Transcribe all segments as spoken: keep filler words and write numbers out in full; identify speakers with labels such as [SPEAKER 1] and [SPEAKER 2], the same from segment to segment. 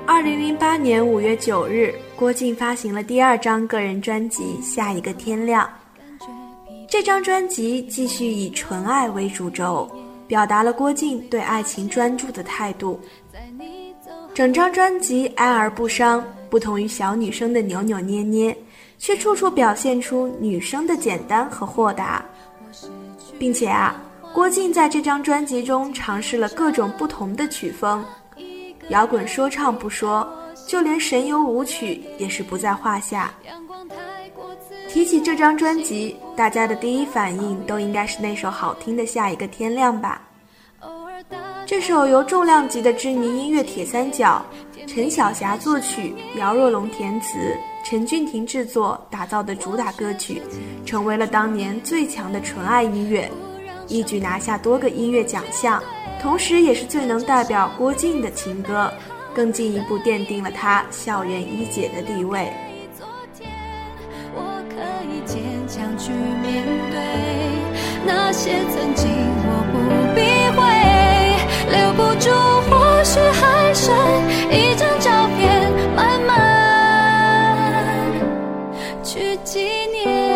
[SPEAKER 1] 二零零八年五月九日，郭靖发行了第二张个人专辑《下一个天亮》。这张专辑继续以纯爱为主轴，表达了郭靖对爱情专注的态度。整张专辑安而不伤，不同于小女生的扭扭捏捏，却处处表现出女生的简单和豁达。并且啊，郭靖在这张专辑中尝试了各种不同的曲风，摇滚说唱不说，就连神游舞曲也是不在话下。提起这张专辑，大家的第一反应都应该是那首好听的《下一个天亮》吧。这首由重量级的知名音乐铁三角陈小霞作曲，姚若龙填词，陈俊廷制作打造的主打歌曲，成为了当年最强的纯爱音乐，一举拿下多个音乐奖项，同时也是最能代表郭靖的情歌，更进一步奠定了他校园一姐的地位。
[SPEAKER 2] 我可以坚强去面对那些曾经我不避讳，留不住或许还剩一张照片，慢慢去纪念。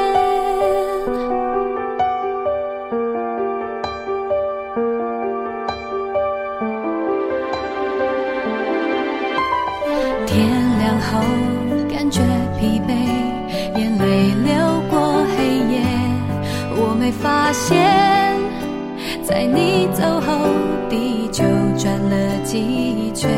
[SPEAKER 2] 天亮后感觉疲惫，眼泪流过黑夜，我没发现在你走后地球转了几圈，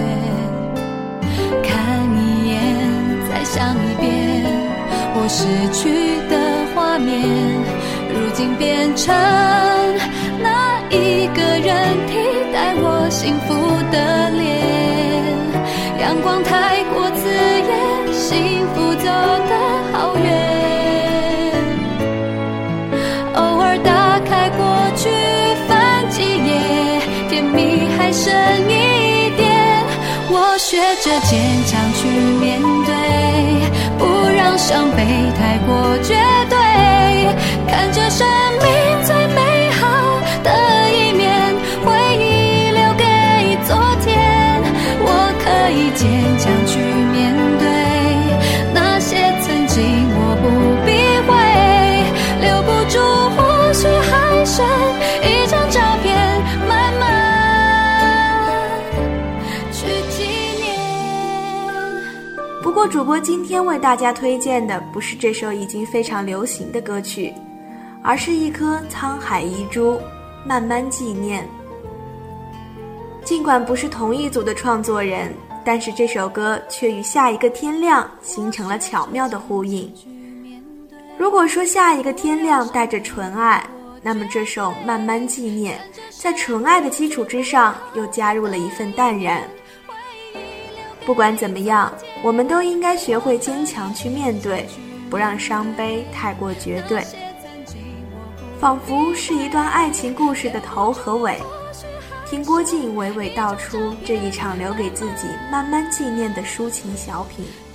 [SPEAKER 2] 看一眼再想一遍，我失去的画面如今变成那一个人替代我幸福的脸，阳光太过刺眼，幸福走得好远，偶尔打开过去翻几页，甜蜜还剩一点，我学着坚强去面对，不让伤悲太过绝对，看着生命最美好的一面，回忆留给昨天，我可以坚强去面对那些曾经我不避讳，留不住或许还剩一张照片，慢慢去纪念。
[SPEAKER 1] 不过主播今天为大家推荐的不是这首已经非常流行的歌曲，而是一颗沧海遗珠，慢慢纪念。尽管不是同一组的创作人，但是这首歌却与下一个天亮形成了巧妙的呼应。如果说下一个天亮带着纯爱，那么这首慢慢纪念在纯爱的基础之上又加入了一份淡然。不管怎么样，我们都应该学会坚强去面对，不让伤悲太过绝对。仿佛是一段爱情故事的头和尾，听郭靖娓娓道出这一场留给自己慢慢纪念的抒情小品。